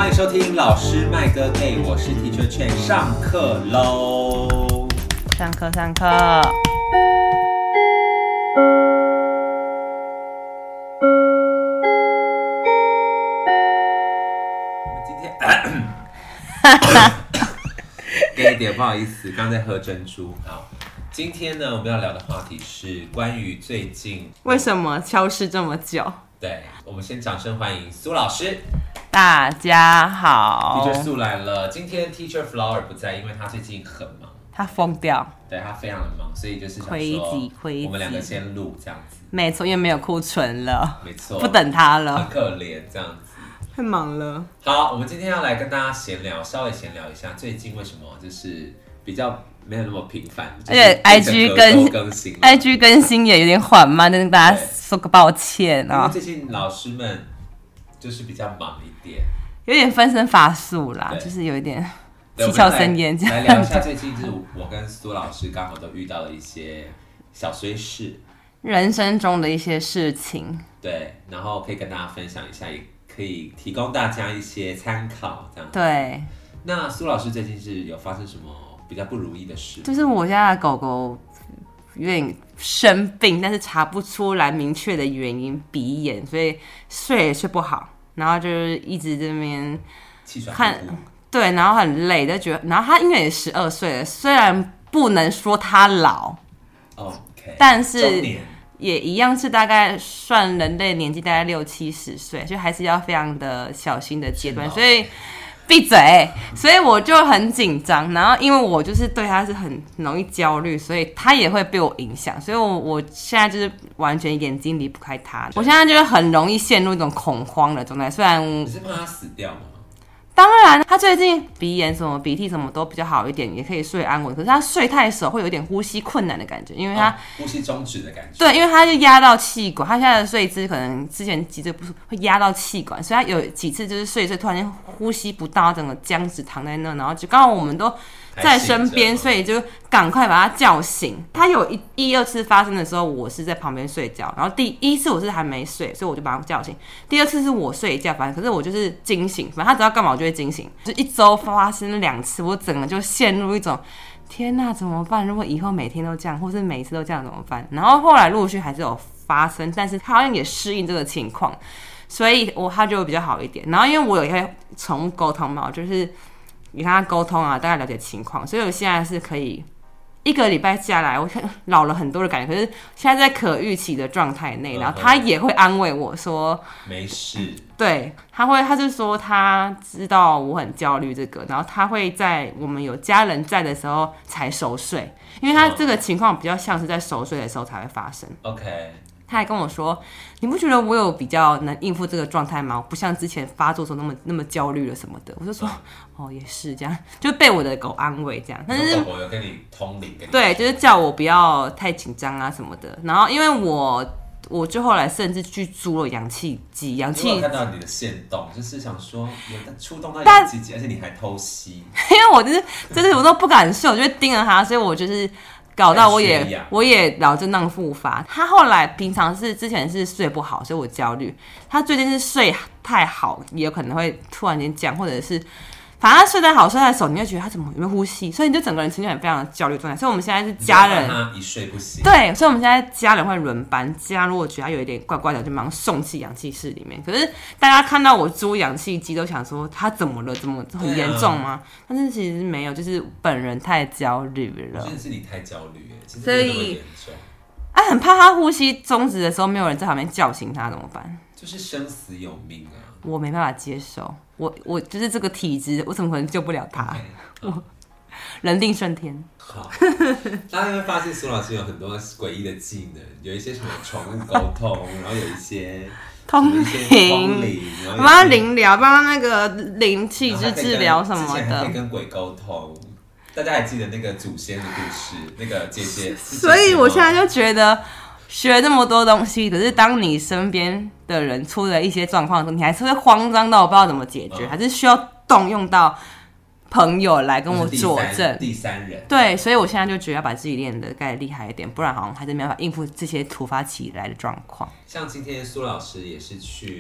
迎收听老师麦哥给，我是 Teacher Chen， 上课喽！ 上课。 我们今天给一点不好意思，刚在喝珍珠。好，今天呢，我们要聊的话题是关于最近为什么消失这么久？ 对，我们先掌声欢迎苏老师。 大家好 Teacher 苏来了，今天 Teacher Flower 不在，因为他最近很忙， 他疯掉， 对他非常的忙，所以就是想说亏我们两个先录这样子。 没错，因为没有库存了， 没错， 不等他了， 很可怜这样子， 太忙了。 好，我们今天要来跟大家稍微闲聊一下，最近为什么就是比较没有那么频繁， 而且 IG 更新也有点缓慢，跟大家说个抱歉啊。 因为最近老师们就是比较忙一点， 有点分身乏术啦，就是有一点七窍生烟这样。 来聊一下最近就是我跟苏老师刚好都遇到了一些小碎事， 人生中的一些事情， 对，然后可以跟大家分享一下，也可以提供大家一些参考，这样。 对。 那苏老师最近是有发生什么比较不如意的事？ 就是我家的狗狗有点生病，但是查不出来明确的原因，鼻炎，所以睡也睡不好，然后就是一直这边气喘呼呼， 对，然后很累，就觉得，然后他因为也12岁了，虽然不能说他老 ，OK， 但是中年也一样是大概算人类年纪大概60、70岁，就还是要非常的小心的阶段，所以。闭嘴！所以我就很紧张，然后因为我就是对他是很容易焦虑，所以他也会被我影响，所以我现在就是完全眼睛离不开他。我现在就是很容易陷入一种恐慌的状态。虽然你是怕他死掉吗？ 当然，他最近鼻炎什么鼻涕什么都比较好一点，也可以睡安稳。可是他睡太熟，会有点呼吸困难的感觉，因为他、 呼吸中止的感觉。 对，因为他就压到气管，他现在的睡姿可能之前脊椎不是会压到气管，所以他有几次就是睡突然间呼吸不到，整个僵直躺在那，然后就刚好我们都在身边，所以就赶快把他叫醒。他有一二次发生的时候，我是在旁边睡觉，然后第一次我是还没睡，所以我就把他叫醒。第二次是我睡觉，反正可是我就是惊醒，反正他只要干嘛我就会惊醒。就1周发生2次，我整个就陷入一种天哪怎么办？如果以后每天都这样，或是每一次都这样怎么办？然后后来陆续还是有发生，但是他好像也适应这个情况，所以他就比较好一点。然后因为我有一些宠物沟通嘛，我就是与他沟通啊，大概了解情况，所以我现在是可以1个礼拜下来，我老了很多的感觉，可是现在在可预期的状态内，然后他也会安慰我说没事。 对，他就说他知道我很焦虑这个，然后他会在我们有家人在的时候才熟睡，因为他这个情况比较像是在熟睡的时候才会发生。 OK。 他还跟我说：“你不觉得我有比较能应付这个状态吗？不像之前发作的时候那么焦虑了什么的。”我就说：“哦，也是这样。”就被我的狗安慰这样。但是狗有跟你通灵， 对，就是叫我不要太紧张啊什么的。然后因为我就后来甚至去租了氧气机， 我看到你的限动，就是想说有触动到氧气机，而且你还偷吸。 因为我就是我都不敢睡，我就会盯着它，所以我就是。搞到我也脑震荡复发。他后来平常之前是睡不好，所以我焦虑。他最近是睡太好，也有可能会突然间这样，或者是反正他睡太好睡太熟，你会觉得他怎么有没有呼吸，所以你就整个人情绪很非常的焦虑状态。所以我们现在是家人， 他一睡不醒。 对，所以我们现在家人会轮班，家如果觉得他有一点怪怪的，就马上送去氧气室里面。可是大家看到我租氧气机都想说他怎么了，怎么很严重吗？但是其实没有，就是本人太焦虑了。 真的是你太焦虑了，其实所没有那么严重。 很怕他呼吸终止的时候，没有人在旁边叫醒他怎么办？ 就是生死有命啊！ 我没办法接受，我就是这个体质，我怎么可能救不了他？ 我人定胜天。 好，大家会发现苏老师有很多诡异的技能，有一些什么宠物沟通，然后有一些通灵，帮他灵疗，帮他那个灵气之治疗什么的， 之前还可以跟鬼沟通。大家还记得那个祖先的故事，那个姐姐。 所以我现在就觉得学了这么多东西，可是当你身边的人出了一些状况的时候，你还是会慌张到我不知道怎么解决，还是需要动用到朋友来跟我佐证。 第三人。 对，所以我现在就觉得要把自己练得更厉害一点，不然好像还是没办法应付这些突发起来的状况。 像今天苏老师也是去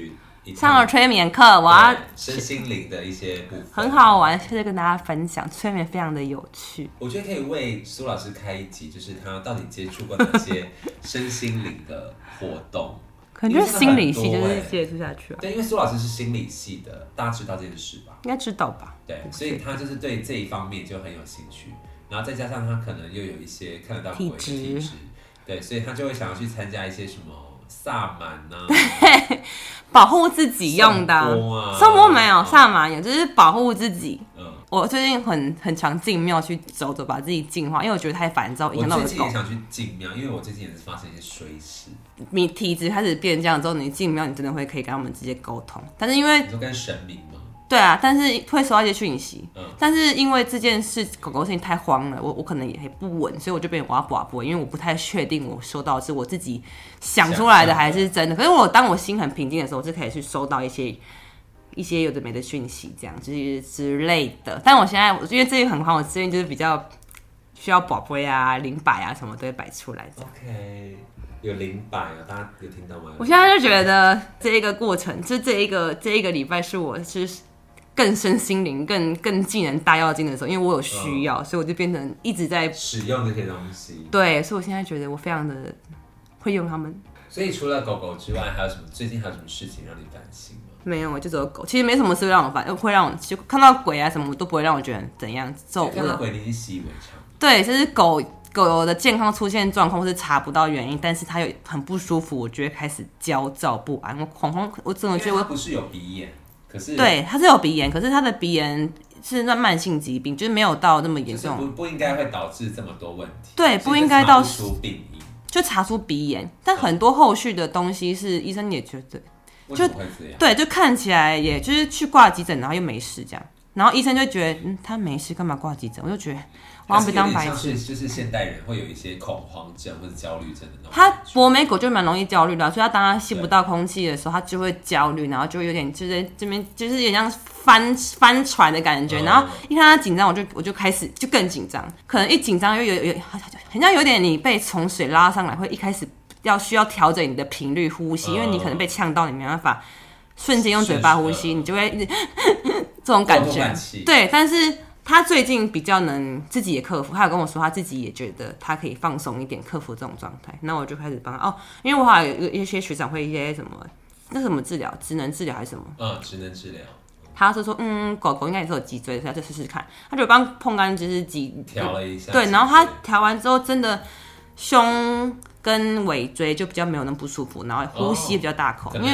上了催眠课，我要身心灵的一些部分， 很好玩，现在跟大家分享，催眠非常的有趣。 我觉得可以为苏老师开一集，就是他到底接触过哪些身心灵的活动。 可能就是心理系就是接触下去了。 对，因为苏老师是心理系的，大家知道这件事吧？ 应该知道吧？ 对，所以他就是对这一方面就很有兴趣，然后再加上他可能又有一些看得到鬼的体质，对，所以他就会想要去参加一些什么萨满啊， 保护自己用的。颂钵没有，萨满有，就是保护自己。我最近很常进庙去走走，把自己净化，因为我觉得太烦躁，影响到我的狗。 我最近也想去进庙，因为我最近也是发生一些衰事。 你体质开始变这样之后，你进庙，你真的会可以跟他们直接沟通。但是因为你说跟神明吗？ 对啊，但是会收到一些讯息。但是因为这件事，狗狗事情太慌了，我可能也不稳，所以我就变成我要拔播，因为我不太确定我收到的是我自己想出来的还是真的。可是当我心很平静的时候，我就可以去收到一些有的没的讯息，这样就是之类的。但我现在因为这个很慌，我最近就是比较需要拔播啊、灵摆啊什么都会摆出来。 OK。有灵摆啊，大家有听到吗？ 我现在就觉得这一个过程，就这一个礼拜是我是更身心灵、更技能大跃进的时候，因为我有需要，所以我就变成一直在使用这些东西。 对，所以我现在觉得我非常的会用它们。 所以除了狗狗之外，还有什么？最近还有什么事情让你担心吗？ 没有，就只有狗。其实没什么事会让我烦，会让我就看到鬼啊什么都不会让我觉得怎样。 看到鬼你已经习以为常。 对，就是狗的健康出现状况，或是查不到原因，但是它有很不舒服，我就会开始焦躁不安，我恐慌，我真的觉得它不是有鼻炎，可是对，它是有鼻炎，可是它的鼻炎是那慢性疾病，就是没有到那么严重， 就是不应该会导致这么多问题。 对，不应该到查出病因， 就查出鼻炎，但很多后续的东西是医生也觉得， 为什么会这样？ 对，就看起来也就是去挂急诊，然后又没事这样，然后医生就觉得他没事，干嘛挂急诊？我就觉得。我好像被当白痴， 就是现代人会有一些恐慌症或者焦虑症的那种。 他博美狗就蛮容易焦虑的，所以他当他吸不到空气的时候，他就会焦虑，然后就有点就在这边就是有点像翻船的感觉。然后一看他紧张，我就开始就更紧张，可能一紧张又有很像有点你被从水拉上来，会一开始需要调整你的频率呼吸，因为你可能被呛到，你没办法瞬间用嘴巴呼吸，你就会一直这种感觉。对，但是。他最近比较能自己也克服，他有跟我说他自己也觉得他可以放松一点，克服这种状态。那我就开始帮他因为我好像有一些学长会一些什么那什么治疗，职能治疗还是什么？ 职能治疗。 他是说狗狗应该也是有脊椎的，所以他就试试看。他就帮碰干就是调了一下， 对，然后他调完之后真的胸跟尾椎就比较没有那么不舒服，然后呼吸比较大口，因为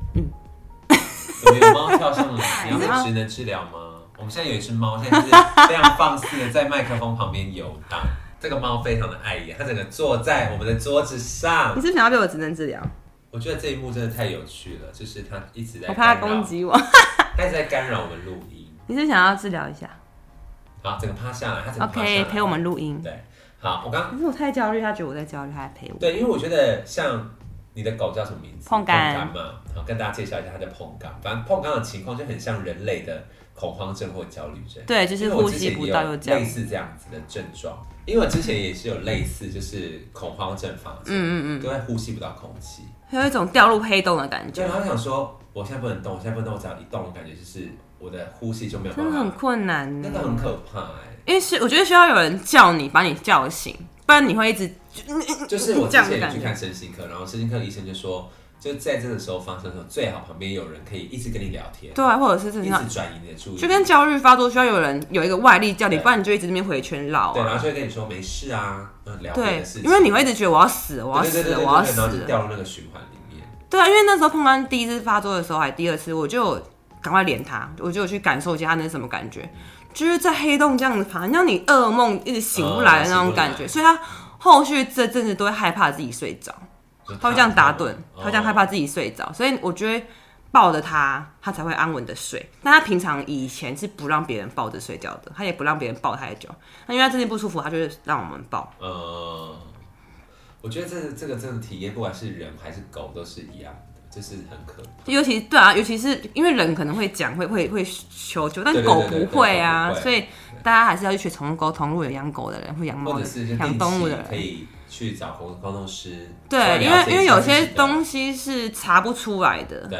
有猫跳上来，你要职能治疗吗？我们现在有一只猫，现在就是非常放肆的在麦克风旁边游荡。这个猫非常的碍眼，它整个坐在我们的桌子上。 你是想要被我职能治疗？ 我觉得这一幕真的太有趣了，就是它一直在， 我怕它攻击我， 它一直在干扰我们录音。 你是想要治疗一下？ 好，整个趴下来，它整个趴下来 OK 陪我们录音。 对，好，可是我太焦虑，它觉得我在焦虑，它还陪我。 对，因为我觉得像你的狗叫什么名字？ 碰干嘛。好，跟大家介绍一下，它叫碰干。反正碰干的情况就很像人类的恐慌症或焦虑症， 对，就是呼吸不到又这样， 类似这样子的症状。因为我之前也是有类似，就是恐慌症发作，都会呼吸不到空气， 有一种掉入黑洞的感觉。 对，然后想说，我现在不能动，我只要一动，我感觉就是我的呼吸就没有办法， 真的很困难， 那个很可怕因为我觉得需要有人叫你，把你叫醒，不然你会一直就是我之前有去看身心科，然后身心科医生就说。就在这个时候发生的时候，最好旁边有人可以一直跟你聊天， 对，或者是一直转移你的注意力， 就跟焦虑发作需要有一个外力叫你，不然你就一直这边回圈绕对，然后就会跟你说没事啊，聊别的事情， 因为你会一直觉得我要死了，我要死了，我要死了， 然后就掉入那个循环里面。 对啊，因为那时候碰到第一次发作的时候，还第二次，我就赶快连他，我就有去感受一下他那是什么感觉，就是在黑洞这样子爬，像你噩梦一直醒不来的那种感觉，所以他后续这阵子都会害怕自己睡着。他会这样打盹，他会这样害怕自己睡着，所以我觉得抱着他才会安稳的睡。但他平常以前是不让别人抱着睡觉的，他也不让别人抱太久。那因为他最近不舒服，他就会让我们抱。 我觉得这个真的体验，不管是人还是狗，都是一样的，就是很可怕。 尤其是因为人可能会讲会求救，但狗不会啊，所以大家还是要去学宠物沟通。如果有养狗的人或养猫的人、养动物的人， 可以去找沟通师。 对，因为有些东西是查不出来的。 对，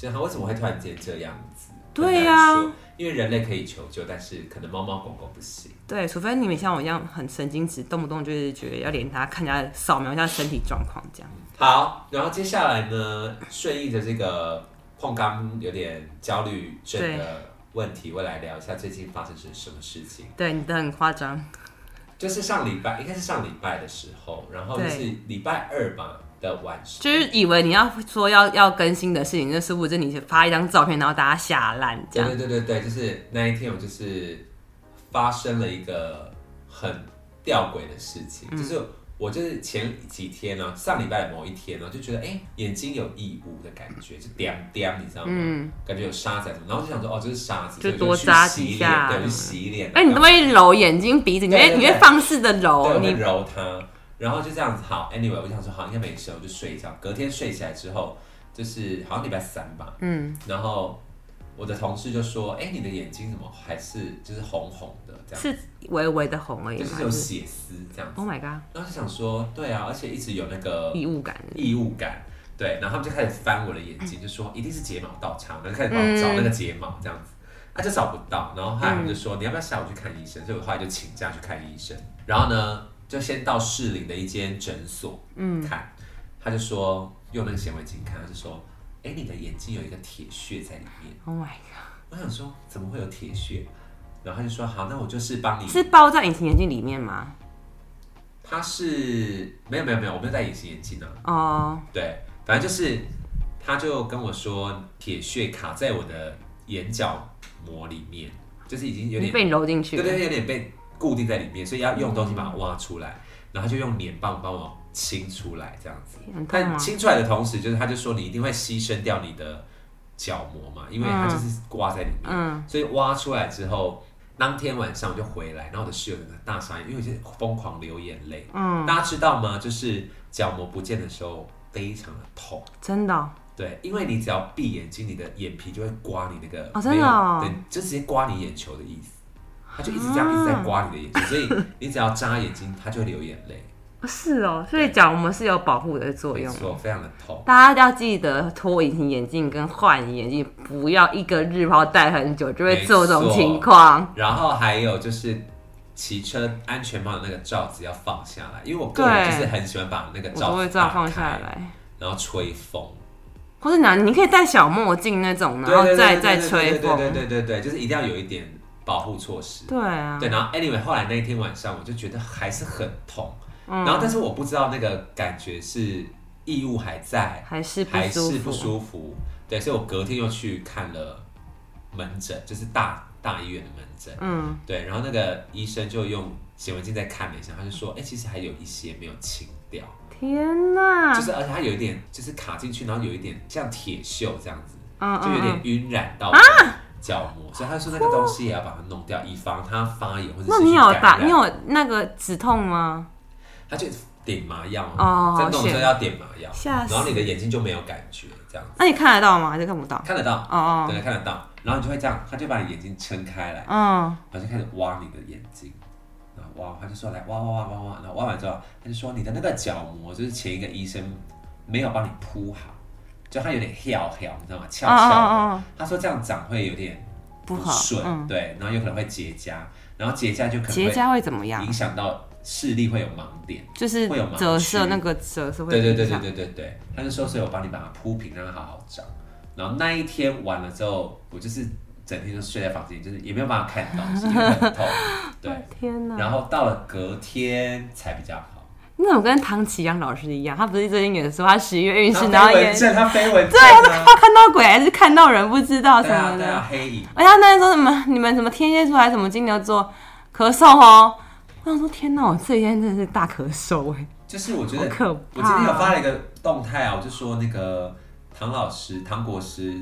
就是他为什么会突然间这样子？ 对呀、 因为人类可以求救，但是可能猫猫狗狗不行。 对，除非你们像我一样很神经质，动不动就是觉得要连它看一下、扫描一下身体状况这样。 好，然后接下来呢，顺应着这个碰刚有点焦虑症的问题，我来聊一下最近发生什么事情。 对，你的很夸张。 就是上礼拜，应该是上礼拜的时候，然后就是礼拜2吧的晚上， 就是以为你要说要更新的事情，就殊不知你发一张照片，然后大家吓烂这样。 对，就是那一天我就是发生了一个很吊诡的事情，就是我就是前几天呢，上礼拜的某一天呢，就觉得眼睛有异物的感觉，就点点，你知道吗？感觉有沙子什么，然后就想说这是沙子， 就多扎几下， 对，去洗脸。 你都会揉眼睛、鼻子，你会放肆的揉， 对，我会揉它，然后就这样子。好 ，anyway， 我就想说好，应该没事，我就睡一觉。隔天睡起来之后，就是好像礼拜3吧，然后我的同事就说：“你的眼睛怎么还是就是红红的这样？”是微微的红而已， 就是有血丝这样子。 Oh my god！ 然后就想说，对啊，而且一直有那个异物感。 对，然后他们就开始翻我的眼睛，就说一定是睫毛倒插，然后开始帮我找那个睫毛这样子，就找不到。然后后来他们就说：“你要不要下午去看医生？”所以我后来就请假去看医生。然后呢，就先到士林的一间诊所看，他就说用那个显微镜看，他就说。你的眼睛有一个铁屑在里面。 Oh my god！ 我想说怎么会有铁屑？然后他就说好，那我就是帮你。 是包在隐形眼镜里面吗？ 他是没有，我没有戴隐形眼镜啊。 哦。 对，反正就是他就跟我说铁屑卡在我的眼角膜里面，就是已经有点被你揉进去了。 对，有点被固定在里面，所以要用东西把它挖出来，然后就用黏棒帮我。清出来这样子，但清出来的同时，就是他就说你一定会牺牲掉你的角膜嘛，因为它就是刮在里面，所以挖出来之后，当天晚上我就回来，然后我的室友整个大傻眼，因为我就疯狂流眼泪。大家知道吗？就是角膜不见的时候非常的痛， 真的。 对，因为你只要闭眼睛，你的眼皮就会刮你那个， 真的， 对，就直接刮你眼球的意思，它就一直这样一直在刮你的眼球，所以你只要眨眼睛，它就会流眼泪。 是哦，所以角膜是有保护的作用， 没错，非常的痛。 大家要记得脱隐形眼镜跟换眼镜，不要一个日抛戴很久，就会做这种情况。 然后还有就是骑车安全帽的那个罩子要放下来，因为我个人就是很喜欢把那个罩子我都会这样放下来， 然后吹风。 或是你可以戴小墨镜那种，然后再吹风。 对，就是一定要有一点保护措施。 对啊。 对，然后 anyway， 后来那一天晚上我就觉得还是很痛。然后，但是我不知道那个感觉是异物还在， 还是不舒服。对，所以我隔天又去看了门诊，就是大医院的门诊。对，然后那个医生就用显微镜再看了一下，他就说，其实还有一些没有清掉。 天哪！ 就是而且它有一点就是卡进去，然后有一点像铁锈这样子，就有点晕染到角膜，所以他说那个东西也要把它弄掉，以防它发炎或者是。 那你有那个止痛吗？ 他就点麻药，在弄的时候要点麻药，然后你的眼睛就没有感觉，这样子。 那你看得到吗？还是看不到？ 看得到，对，看得到。然后你就会这样，他就把你眼睛撑开来，然后就开始挖你的眼睛，然后挖，他就说来挖，然后挖完之后，他就说你的那个角膜就是前一个医生没有帮你铺好，就它有点翘，你知道吗？翘的。他说这样长会有点不顺，对，然后有可能会结痂，然后结痂就可能结痂会怎么样？ 影响到。视力会有盲点， 就是会有折射，那个折射会。 对，他就说，所以我帮你把它铺平，让它好好长。然后那一天完了之后，我就是整天就睡在房间，就是也没有办法看东西，因为很痛。对， 天哪！ 然后到了隔天才比较好。 你怎么跟唐启阳老师一样？他不是最近演的时候，他11月运势， 然后他飞蚊症， 对，他看到鬼还是看到人，不知道什么的。 对啊，黑影。 而且他那时候什么，你们什么天蝎座还是什么金牛座咳嗽哦。我想说，天哪！我这几天真的是大咳嗽哎， 就是我觉得， 可怕。 我今天有发了一个动态啊，我就说那个唐国师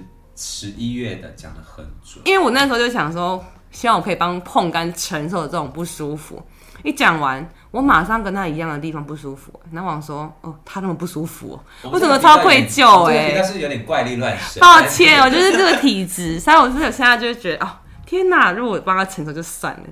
11月的讲得很准， 因为我那时候就想说，希望我可以帮碰干承受这种不舒服。一讲完，我马上跟他一样的地方不舒服，然后我想说，他那么不舒服，我怎么超愧疚哎？ 但是有点怪力乱神。 抱歉，我就是这个体质，所以我现在就觉得，天哪！如果我帮他承受就算了，这样。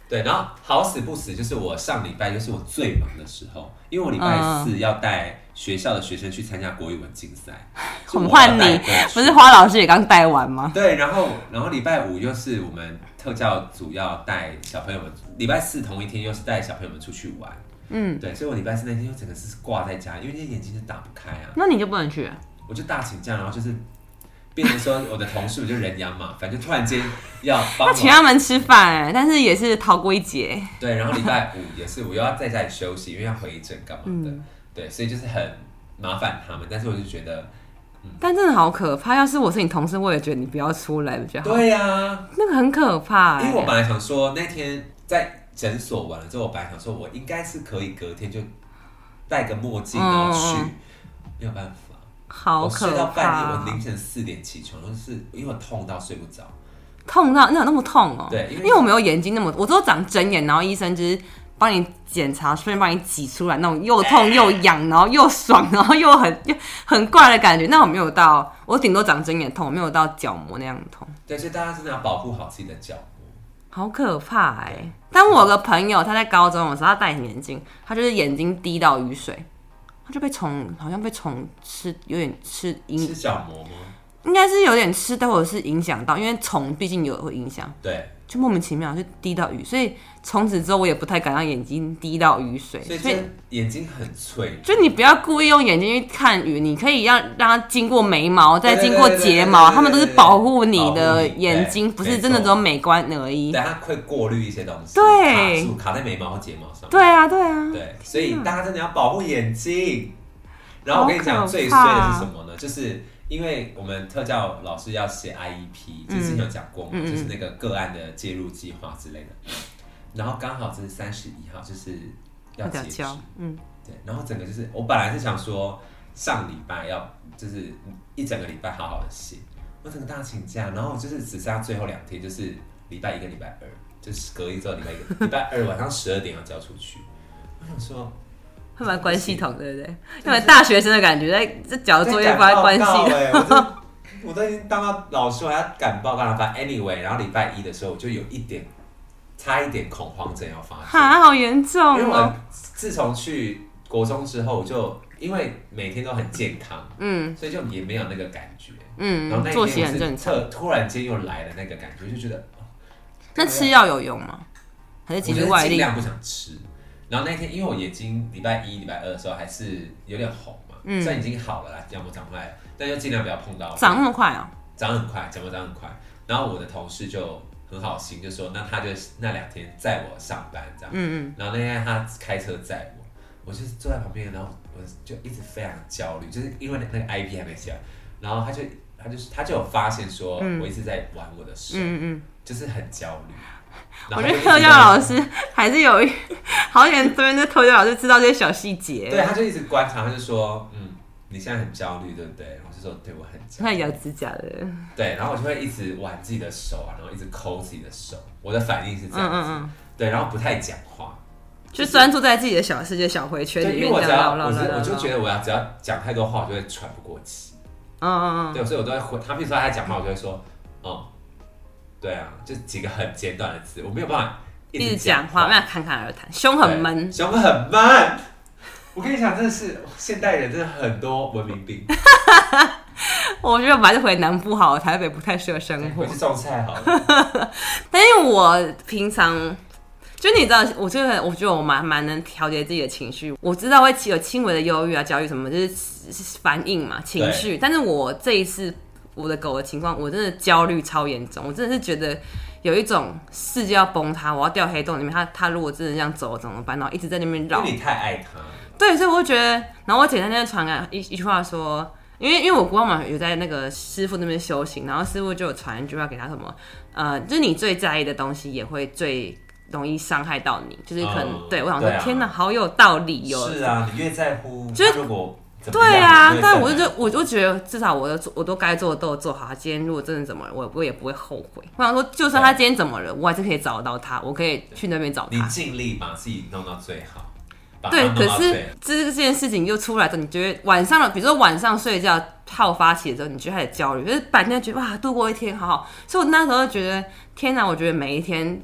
对，然后好死不死就是我上礼拜就是我最忙的时候，因为我礼拜4要带学校的学生去参加国语文竞赛。 我们换你，不是花老师也刚带完吗？ 对，然后礼拜5又是我们特教组要带小朋友们，礼拜4同一天又是带小朋友们出去玩。对，所以我礼拜4那天就整个是挂在家，因为那眼睛就打不开啊。 那你就不能去？我就大请假，然后就是变成说我的同事我就人仰马翻，就突然间要帮忙请他们吃饭，但是也是逃过一劫。 对，然后礼拜5也是我又要在家里休息，因为要回诊干嘛的。对，所以就是很麻烦他们，但是我就觉得。 但真的好可怕！要是我是你同事，我也觉得你不要出来比较好。 对啊， 那个很可怕。 因为我本来想说那天在诊所完了之后，我本来想说我应该是可以隔天就戴个墨镜然后去，没有办法， 好可怕。 我睡到半夜，我凌晨4点起床，就是因为我痛到睡不着。 痛到那有那么痛哦？ 对， 因为我没有眼睛那么，我都长针眼，然后医生就是帮你检查，顺便帮你挤出来那种又痛又痒，然后又爽，然后又很怪的感觉。那我没有到，我顶多长针眼痛，我没有到角膜那样痛。 对，所以大家真的要保护好自己的角膜。 好可怕欸！但我有个朋友，他在高中的时候，他戴眼镜，他就是眼睛滴到雨水，他就被虫，好像被虫吃，有点吃角膜吗？ 应该是有点吃到，或者是影响到，因为虫毕竟有会影响。 对。 就莫名其妙就滴到雨，所以从此之后我也不太敢让眼睛滴到雨水。 所以眼睛很脆， 就你不要故意用眼睛去看雨，你可以让它经过眉毛，再经过睫毛，他们都是保护你的眼睛，不是真的只有美观而已。 对，它会过滤一些东西， 对， 卡在眉毛或睫毛上。 对啊，对啊， 对，所以大家真的要保护眼睛。然后我跟你讲，最衰的是什么呢？就是因为我们特教老师要写 IEP， 之前有讲过嘛，就是那个个案的介入计划之类的。然后刚好这是31号，就是要截止。对。然后整个就是我本来是想说上礼拜要就是一整个礼拜好好的写，我整个大请假，然后就是只剩下最后2天，就是礼拜1跟礼拜2，就是隔一周礼拜1，礼拜2晚上12点要交出去。我想说。 会蛮关系统，对不对？因为大学生的感觉，在交作业不关系的。我都已经当到老师，我还要赶报告了。反正 anyway， 然后礼拜1的时候，我就有差一点恐慌症要发生。 哈，好严重哦！ 因为我自从去国中之后，就因为每天都很健康，所以就也没有那个感觉，然后那作息很正常。 突然间又来了那个感觉，就觉得那吃药有用吗？还是其实外力？ 尽量不想吃。然后那天，因为我眼睛礼拜1、礼拜2的时候还是有点红嘛，虽然已经好了啦，角膜长回来了，但就尽量不要碰到。 长那么快啊？ 长很快，角膜长很快。然后我的同事就很好心，就说那他就那2天载我上班这样。然后那天他开车载我，我就坐在旁边，然后我就一直非常焦虑，就是因为那个 IP 还没写完，然后他就有发现说我一直在玩我的手，就是很焦虑。 我觉得特教老师还是有好点，这边的特教老师知道这些小细节。 对，他就一直观察，他就说，你现在很焦虑，对不对？我就说，对，我很焦虑。 他咬指甲的。 对，然后我就会一直玩自己的手啊，然后一直抠自己的手。我的反应是这样子，对，然后不太讲话， 就专注在自己的小世界、小回圈里面。 我就觉得只要讲太多话，我就会喘不过气。对，所以我都会回他，比如说他在讲话，我就会说，对啊，就几个很简短的字，我没有办法一直讲话，没有侃侃而谈，胸很闷， 胸很闷。我跟你讲，真的是现代人真的很多文明病。 我觉得我还是回南部好了，台北不太适合生活。 回去种菜好了。 但因为我平常就你知道，我觉得我蛮能调节自己的情绪。我知道会有轻微的忧郁啊、焦虑什么，就是反应嘛，情绪。但是我这一次。我的狗的情况，我真的焦虑超严重，我真的是觉得有一种世界要崩塌，我要掉黑洞里面。它如果真的这样走怎么办？然后一直在那边绕。 因为你太爱它。 对，所以我就觉得，然后我姐在那边传来一句话说，因为我国王嘛有在那个师傅那边修行，然后师傅就有传一句话给他什么，就是你最在意的东西也会最容易伤害到你，就是可能对我想说，天哪，好有道理哦。 是啊，你越在乎，如果。 对啊，但我就觉得至少我都该做的都有做好。他今天如果真的怎么了，我也不会后悔。我想说，就算他今天怎么了，我还是可以找到他，我可以去那边找他。 你尽力把自己弄到最好。 对，可是这件事情又出来之后，你觉得晚上，比如说晚上睡觉好发起的时候，你就开始焦虑，就是白天觉得哇度过一天好好。所以我那时候就觉得天哪，我觉得每一天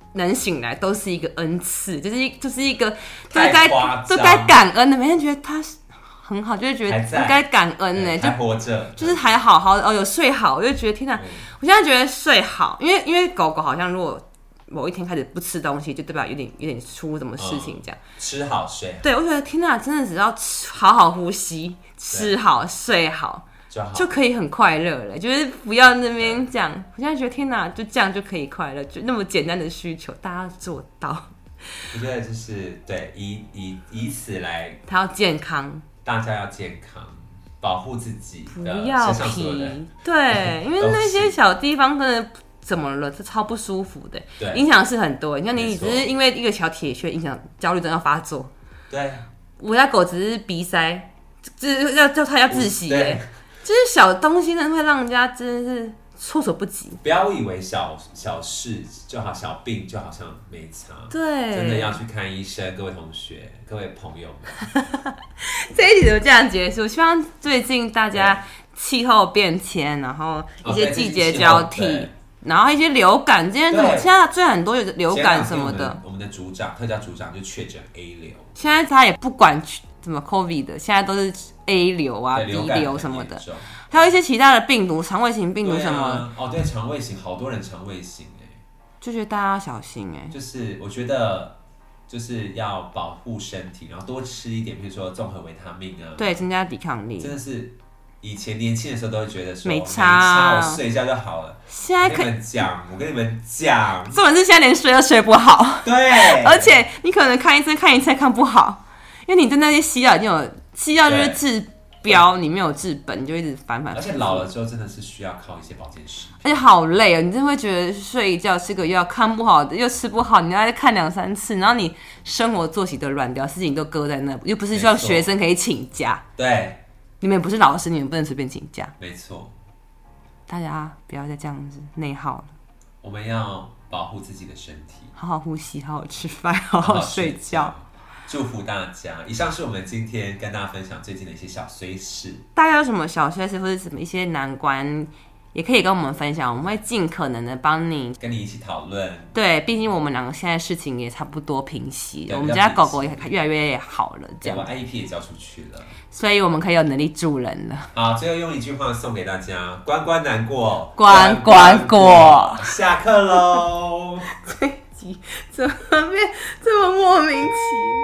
能醒来都是一个恩赐，就是一个都该感恩的。每天觉得他很好，就会觉得应该感恩呢， 还活着， 就是还好好的有睡好，我就觉得天哪！我现在觉得睡好，因为狗狗好像如果某一天开始不吃东西，就代表有点出什么事情这样。 吃好睡好。 对，我觉得天哪，真的只要好好呼吸，吃好睡好。就可以很快乐了，就是不要那边讲。我现在觉得天哪，就这样就可以快乐，就那么简单的需求，大家做到。 我觉得就是对，以此来， 他要健康， 大家要健康，保护自己的不要皮。 对，因为那些小地方真的怎么了，是超不舒服的，影响是很多。你像你只是因为一个小铁屑影响焦虑症要发作。 对，我家狗只是鼻塞，就是要叫它要窒息耶。就是小东西真的会让人家真的是措手不及。 不要以为小事就好，小病就好像没差。 对， 真的要去看医生，各位同学、各位朋友们。 这一集就这样结束。希望最近大家气候变迁，然后一些季节交替，然后一些流感，现在最很多有流感什么的。 我们的特教组长就确诊 A 流， 现在他也不管什么 COVID 的，现在都是 A 流啊、B 流什么的，还有一些其他的病毒，肠胃型病毒什么。 对，肠胃型，好多人肠胃型就觉得大家要小心就是我觉得就是要保护身体，然后多吃一点，比如说综合维他命啊， 对，增加抵抗力。 真的是以前年轻的时候都会觉得说没差， 我睡一觉就好了。 现在我跟你们讲， 重点是现在连睡都睡不好。 对， 而且你可能看一次看不好。因为你对那些西药已经有西药就是治标，你没有治本，你就一直反复。 而且老了之后真的是需要靠一些保健食品， 而且好累哦，你真的会觉得睡一觉吃个药看不好又吃不好，你要再看2-3次，然后你生活作息都乱掉，事情都搁在那，又不是需要学生可以请假。 对， 你们也不是老师，你们不能随便请假。 没错， 大家不要再这样子内耗了。 我们要保护自己的身体， 好好呼吸，好好吃饭，好好睡觉。 祝福大家！以上是我们今天跟大家分享最近的一些小碎事。 大家有什么小碎事或者什么一些难关，也可以跟我们分享，我们会尽可能的帮你， 跟你一起讨论。 对，毕竟我们两个现在事情也差不多平息了，我们家狗狗也越来越好了，这样。 我 IEP 也交出去了， 所以我们可以有能力助人了。 好，最后用一句话送给大家：关关难过， 关关过。 下课喽！ 这一集怎么变这么莫名其妙？